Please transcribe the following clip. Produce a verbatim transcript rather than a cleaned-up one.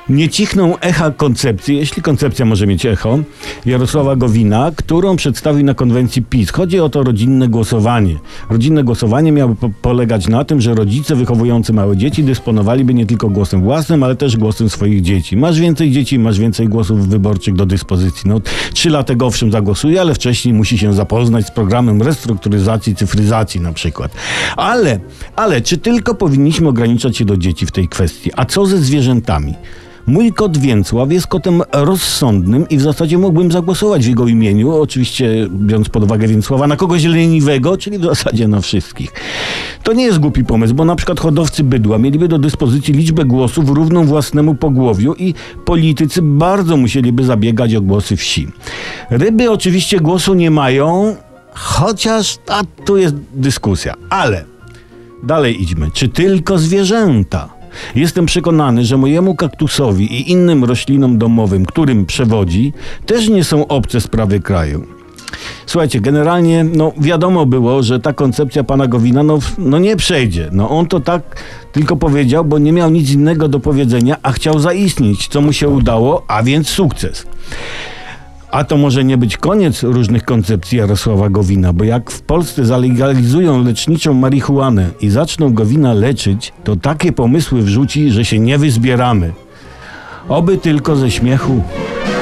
Nie cichną echa koncepcji, jeśli koncepcja może mieć echo, Jarosława Gowina, którą przedstawił na konwencji PiS. Chodzi o to rodzinne głosowanie. Rodzinne głosowanie miało po- polegać na tym, że rodzice wychowujący małe dzieci dysponowaliby nie tylko głosem własnym, ale też głosem swoich dzieci. Masz więcej dzieci, masz więcej głosów wyborczych do dyspozycji. No, trzylatek owszem zagłosuje, ale wcześniej musi się zapoznać z programem restrukturyzacji, cyfryzacji na przykład. Ale, ale czy tylko powinniśmy ograniczać się do dzieci w tej kwestii? A co ze zwierzętami? Mój kot Więcław jest kotem rozsądnym i w zasadzie mógłbym zagłosować w jego imieniu, oczywiście biorąc pod uwagę Więcława, na kogoś leniwego, czyli w zasadzie na wszystkich. To nie jest głupi pomysł, bo na przykład hodowcy bydła mieliby do dyspozycji liczbę głosów równą własnemu pogłowiu i politycy bardzo musieliby zabiegać o głosy wsi. Ryby oczywiście głosu nie mają, chociaż a, tu jest dyskusja, ale dalej idźmy. Czy tylko zwierzęta? Jestem przekonany, że mojemu kaktusowi i innym roślinom domowym, którym przewodzi, też nie są obce sprawy kraju. Słuchajcie, generalnie no wiadomo było, że ta koncepcja pana Gowina no, no nie przejdzie. No on to tak tylko powiedział, bo nie miał nic innego do powiedzenia, a chciał zaistnieć, co mu się udało, a więc sukces. A to może nie być koniec różnych koncepcji Jarosława Gowina, bo jak w Polsce zalegalizują leczniczą marihuanę i zaczną Gowina leczyć, to takie pomysły wrzuci, że się nie wyzbieramy. Oby tylko ze śmiechu.